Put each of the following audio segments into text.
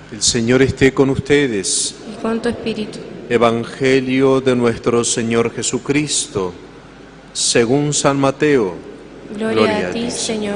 El Señor esté con ustedes. Y con tu espíritu. Evangelio de nuestro Señor Jesucristo, según San Mateo. Gloria a ti, Señor.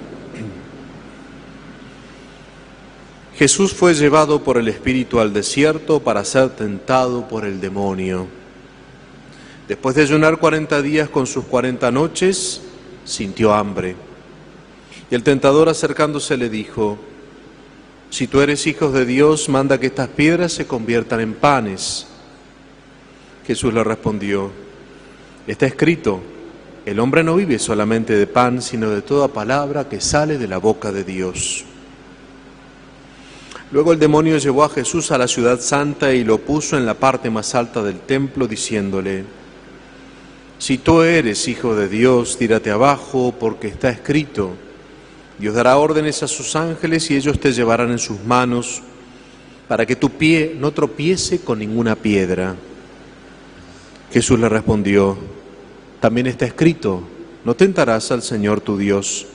Jesús fue llevado por el Espíritu al desierto para ser tentado por el demonio. Después de ayunar 40 días con sus 40 noches, sintió hambre. Y el tentador, acercándose, le dijo: si tú eres hijo de Dios, manda que estas piedras se conviertan en panes. Jesús le respondió: está escrito, el hombre no vive solamente de pan, sino de toda palabra que sale de la boca de Dios. Luego el demonio llevó a Jesús a la ciudad santa y lo puso en la parte más alta del templo, diciéndole: si tú eres hijo de Dios, tírate abajo, porque está escrito, Dios dará órdenes a sus ángeles y ellos te llevarán en sus manos para que tu pie no tropiece con ninguna piedra. Jesús le respondió: también está escrito, no tentarás al Señor tu Dios.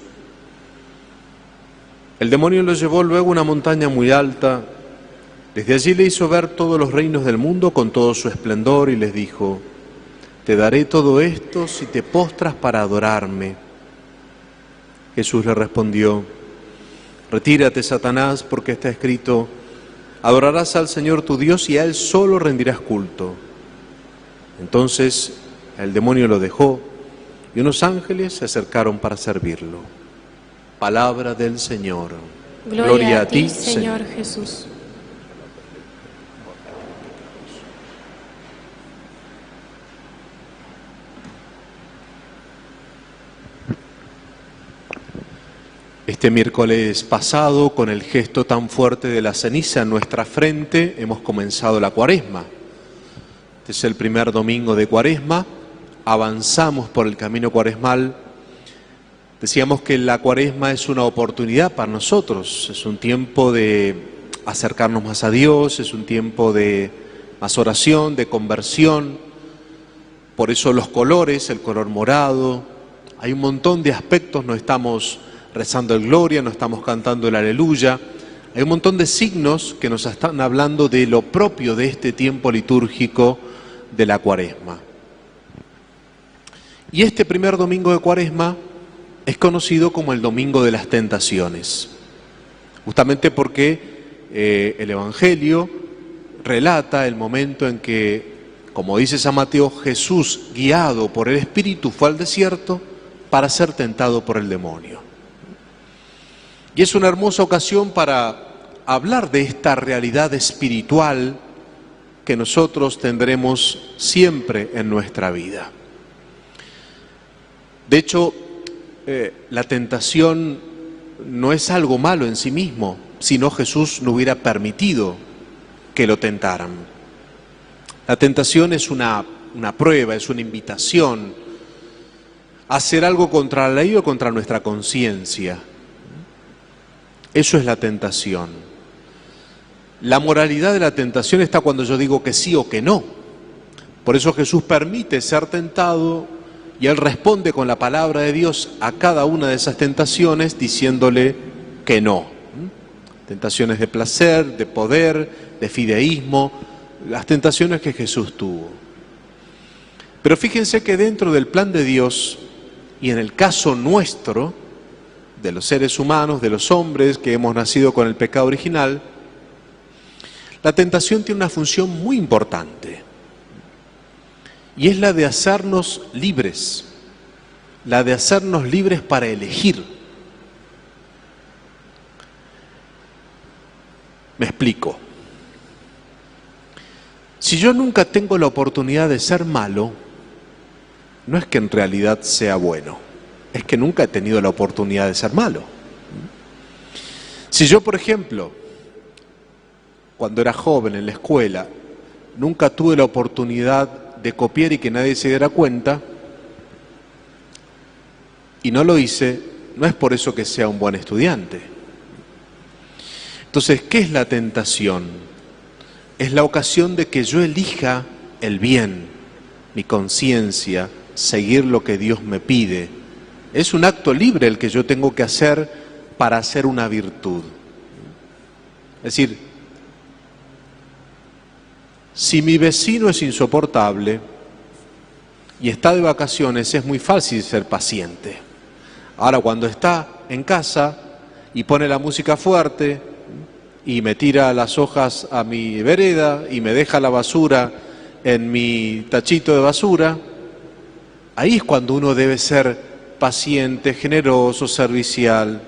El demonio lo llevó luego a una montaña muy alta. Desde allí le hizo ver todos los reinos del mundo con todo su esplendor y les dijo: te daré todo esto si te postras para adorarme. Jesús le respondió: retírate, Satanás, porque está escrito, adorarás al Señor tu Dios y a Él solo rendirás culto. Entonces el demonio lo dejó y unos ángeles se acercaron para servirlo. Palabra del Señor. Gloria a ti, Señor Jesús. Este miércoles pasado, con el gesto tan fuerte de la ceniza en nuestra frente, hemos comenzado la Cuaresma. Este es el primer domingo de Cuaresma, avanzamos por el camino cuaresmal. Decíamos que la Cuaresma es una oportunidad para nosotros, es un tiempo de acercarnos más a Dios, es un tiempo de más oración, de conversión. Por eso los colores, el color morado, hay un montón de aspectos, no estamos rezando el Gloria, no estamos cantando el Aleluya. Hay un montón de signos que nos están hablando de lo propio de este tiempo litúrgico de la Cuaresma. Y este primer domingo de Cuaresma es conocido como el Domingo de las Tentaciones, justamente porque el Evangelio relata el momento en que, como dice San Mateo, Jesús, guiado por el Espíritu, fue al desierto para ser tentado por el demonio. Y es una hermosa ocasión para hablar de esta realidad espiritual que nosotros tendremos siempre en nuestra vida. De hecho, la tentación no es algo malo en sí mismo, si no Jesús no hubiera permitido que lo tentaran. La tentación es una prueba, es una invitación a hacer algo contra la ley o contra nuestra conciencia. Eso es la tentación. La moralidad de la tentación está cuando yo digo que sí o que no. Por eso Jesús permite ser tentado y Él responde con la palabra de Dios a cada una de esas tentaciones diciéndole que no. Tentaciones de placer, de poder, de fideísmo, las tentaciones que Jesús tuvo. Pero fíjense que dentro del plan de Dios y en el caso nuestro, de los seres humanos, de los hombres que hemos nacido con el pecado original, la tentación tiene una función muy importante y es la de hacernos libres, la de hacernos libres para elegir. Me explico. Si yo nunca tengo la oportunidad de ser malo, no es que en realidad sea bueno. Es que nunca he tenido la oportunidad de ser malo. Si yo, por ejemplo, cuando era joven en la escuela, nunca tuve la oportunidad de copiar y que nadie se diera cuenta, y no lo hice, no es por eso que sea un buen estudiante. Entonces, ¿qué es la tentación? Es la ocasión de que yo elija el bien, mi conciencia, seguir lo que Dios me pide. Es un acto libre el que yo tengo que hacer para hacer una virtud. Es decir, Si mi vecino es insoportable y está de vacaciones, es muy fácil ser paciente. Ahora, cuando está en casa y pone la música fuerte y me tira las hojas a mi vereda y me deja la basura en mi tachito de basura, ahí es cuando uno debe ser paciente, generoso, servicial.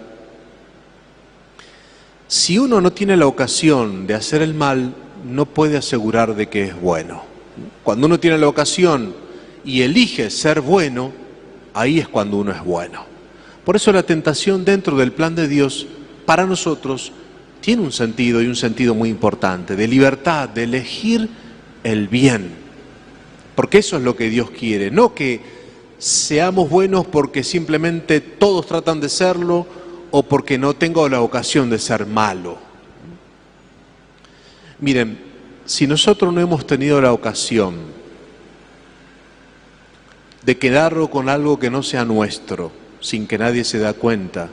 Si uno no tiene la ocasión de hacer el mal, no puede asegurar de que es bueno. Cuando uno tiene la ocasión y elige ser bueno, ahí es cuando uno es bueno. Por eso la tentación dentro del plan de Dios, para nosotros, tiene un sentido y un sentido muy importante, de libertad, de elegir el bien. Porque eso es lo que Dios quiere, no que seamos buenos porque simplemente todos tratan de serlo o porque no tengo la ocasión de ser malo. Miren, si nosotros no hemos tenido la ocasión de quedarnos con algo que no sea nuestro, sin que nadie se da cuenta,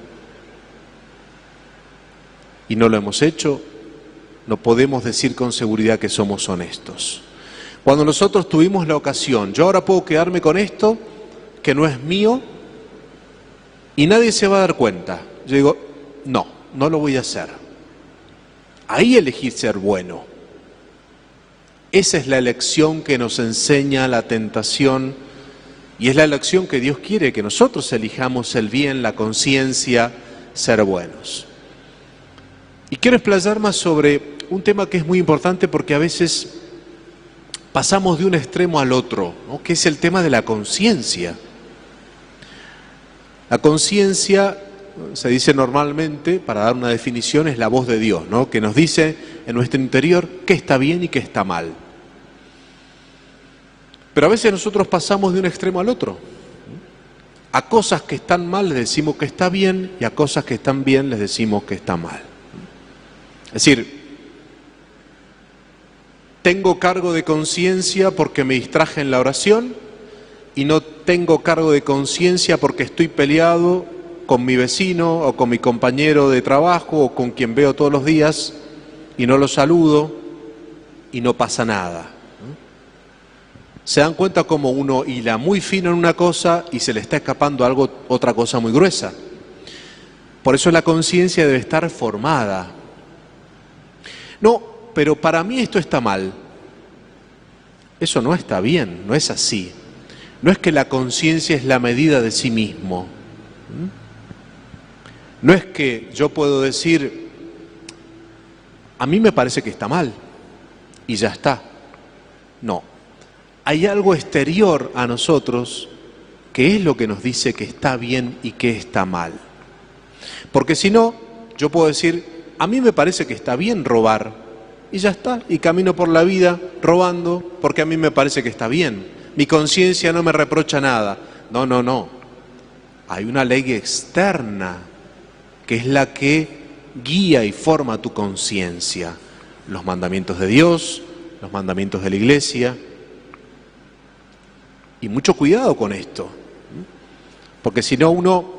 y no lo hemos hecho, no podemos decir con seguridad que somos honestos. Cuando nosotros tuvimos la ocasión, yo ahora puedo quedarme con esto que no es mío y nadie se va a dar cuenta. Yo digo, no lo voy a hacer. Ahí elegí ser bueno. Esa es la elección que nos enseña la tentación y es la elección que Dios quiere, que nosotros elijamos el bien, la conciencia, ser buenos. Y quiero explayar más sobre un tema que es muy importante porque a veces pasamos de un extremo al otro, ¿no? Que es el tema de la conciencia. La conciencia, se dice normalmente, para dar una definición, es la voz de Dios, ¿no? Que nos dice en nuestro interior qué está bien y qué está mal. Pero a veces nosotros pasamos de un extremo al otro. A cosas que están mal les decimos que está bien y a cosas que están bien les decimos que está mal. Es decir, tengo cargo de conciencia porque me distraje en la oración y no tengo cargo de conciencia porque estoy peleado con mi vecino o con mi compañero de trabajo o con quien veo todos los días y no lo saludo y no pasa nada. Se dan cuenta como uno hila muy fino en una cosa y se le está escapando algo, otra cosa muy gruesa. Por eso la conciencia debe estar formada. No, pero para mí esto está mal. Eso no está bien, no es así. No es que la conciencia es la medida de sí mismo. No es que yo puedo decir, a mí me parece que está mal y ya está. No, hay algo exterior a nosotros que es lo que nos dice que está bien y que está mal. Porque si no, yo puedo decir, a mí me parece que está bien robar y ya está, y camino por la vida robando porque a mí me parece que está bien. Mi conciencia no me reprocha nada. No. Hay una ley externa que es la que guía y forma tu conciencia. Los mandamientos de Dios, los mandamientos de la Iglesia. Y mucho cuidado con esto, porque si no uno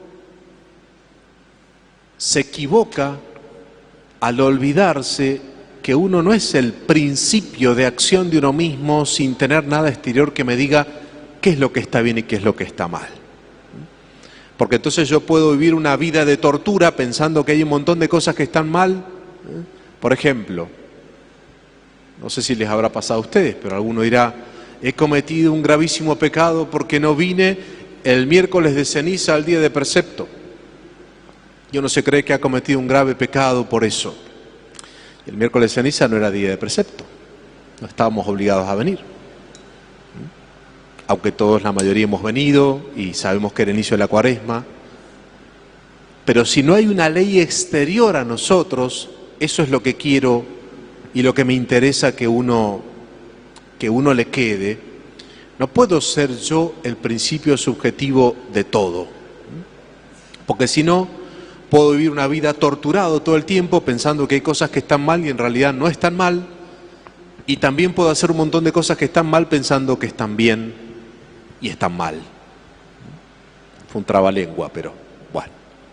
se equivoca al olvidarse que uno no es el principio de acción de uno mismo sin tener nada exterior que me diga qué es lo que está bien y qué es lo que está mal. Porque entonces yo puedo vivir una vida de tortura pensando que hay un montón de cosas que están mal. Por ejemplo, no sé si les habrá pasado a ustedes, pero alguno dirá, he cometido un gravísimo pecado porque no vine el miércoles de ceniza al día de precepto. Y uno se cree que ha cometido un grave pecado por eso. El miércoles de ceniza no era día de precepto, no estábamos obligados a venir. Aunque todos, la mayoría, hemos venido y sabemos que era el inicio de la Cuaresma. Pero si no hay una ley exterior a nosotros, eso es lo que quiero y lo que me interesa que uno le quede. No puedo ser yo el principio subjetivo de todo, porque si no, puedo vivir una vida torturado todo el tiempo pensando que hay cosas que están mal y en realidad no están mal, y también puedo hacer un montón de cosas que están mal pensando que están bien y están mal. Fue un trabalengua, pero bueno.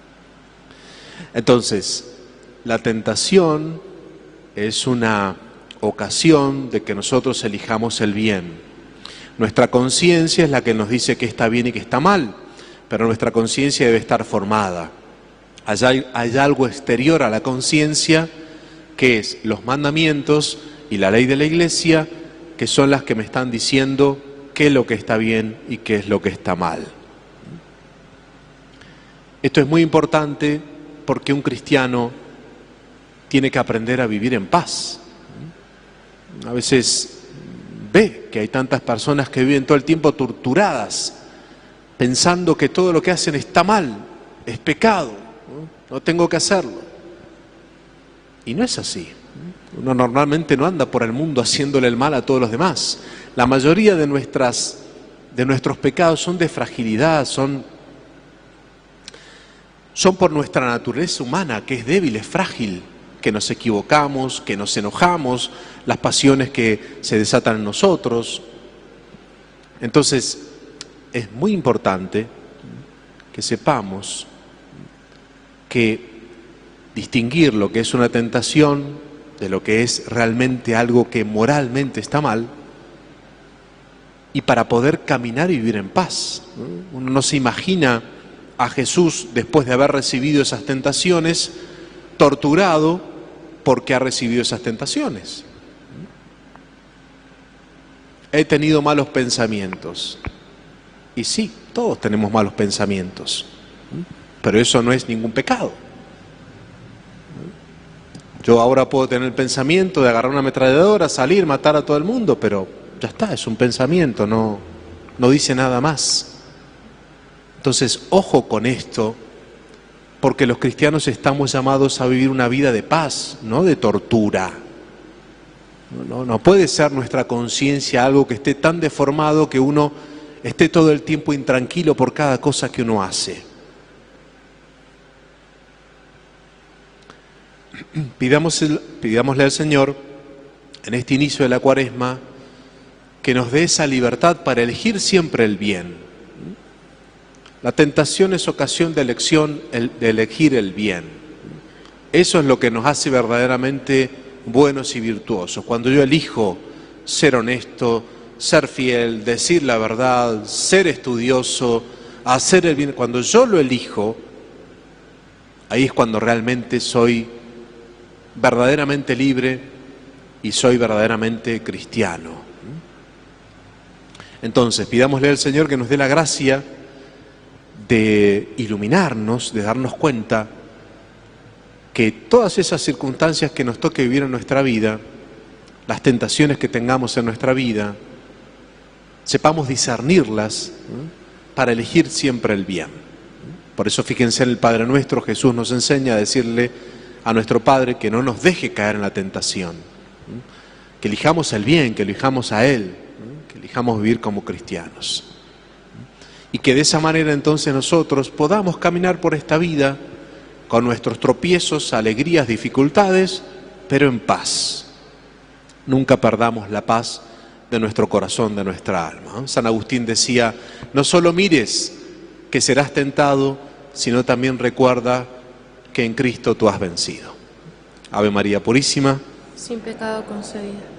Entonces, la tentación es una ocasión de que nosotros elijamos el bien. Nuestra conciencia es la que nos dice qué está bien y qué está mal, pero nuestra conciencia debe estar formada. Hay algo exterior a la conciencia, que es los mandamientos y la ley de la Iglesia, que son las que me están diciendo qué es lo que está bien y qué es lo que está mal. Esto es muy importante porque un cristiano tiene que aprender a vivir en paz. A veces ve que hay tantas personas que viven todo el tiempo torturadas, pensando que todo lo que hacen está mal, es pecado, no tengo que hacerlo. Y no es así. Uno normalmente no anda por el mundo haciéndole el mal a todos los demás. La mayoría de nuestros pecados son de fragilidad, son por nuestra naturaleza humana, que es débil, es frágil, que nos equivocamos, que nos enojamos, las pasiones que se desatan en nosotros. Entonces, es muy importante que sepamos que distinguir lo que es una tentación de lo que es realmente algo que moralmente está mal, y para poder caminar y vivir en paz. Uno no se imagina a Jesús, después de haber recibido esas tentaciones, torturado porque ha recibido esas tentaciones. He tenido malos pensamientos. Y sí, todos tenemos malos pensamientos, pero eso no es ningún pecado. Yo ahora puedo tener el pensamiento de agarrar una ametralladora, salir, matar a todo el mundo, pero ya está, es un pensamiento, no dice nada más. Entonces, ojo con esto, porque los cristianos estamos llamados a vivir una vida de paz, no de tortura. No puede ser nuestra conciencia algo que esté tan deformado que uno esté todo el tiempo intranquilo por cada cosa que uno hace. Pidámosle al Señor, en este inicio de la Cuaresma, que nos dé esa libertad para elegir siempre el bien. La tentación es ocasión de elección, de elegir el bien. Eso es lo que nos hace verdaderamente buenos y virtuosos. Cuando yo elijo ser honesto, ser fiel, decir la verdad, ser estudioso, hacer el bien, cuando yo lo elijo, ahí es cuando realmente soy verdaderamente libre y soy verdaderamente cristiano. Entonces, pidámosle al Señor que nos dé la gracia de iluminarnos, de darnos cuenta que todas esas circunstancias que nos toque vivir en nuestra vida, las tentaciones que tengamos en nuestra vida, sepamos discernirlas para elegir siempre el bien. Por eso fíjense en el Padre Nuestro, Jesús nos enseña a decirle a nuestro Padre que no nos deje caer en la tentación, que elijamos el bien, que elijamos a Él, que elijamos vivir como cristianos. Y que de esa manera entonces nosotros podamos caminar por esta vida con nuestros tropiezos, alegrías, dificultades, pero en paz. Nunca perdamos la paz de nuestro corazón, de nuestra alma. San Agustín decía, no solo mires que serás tentado, sino también recuerda que en Cristo tú has vencido. Ave María Purísima, sin pecado concebida.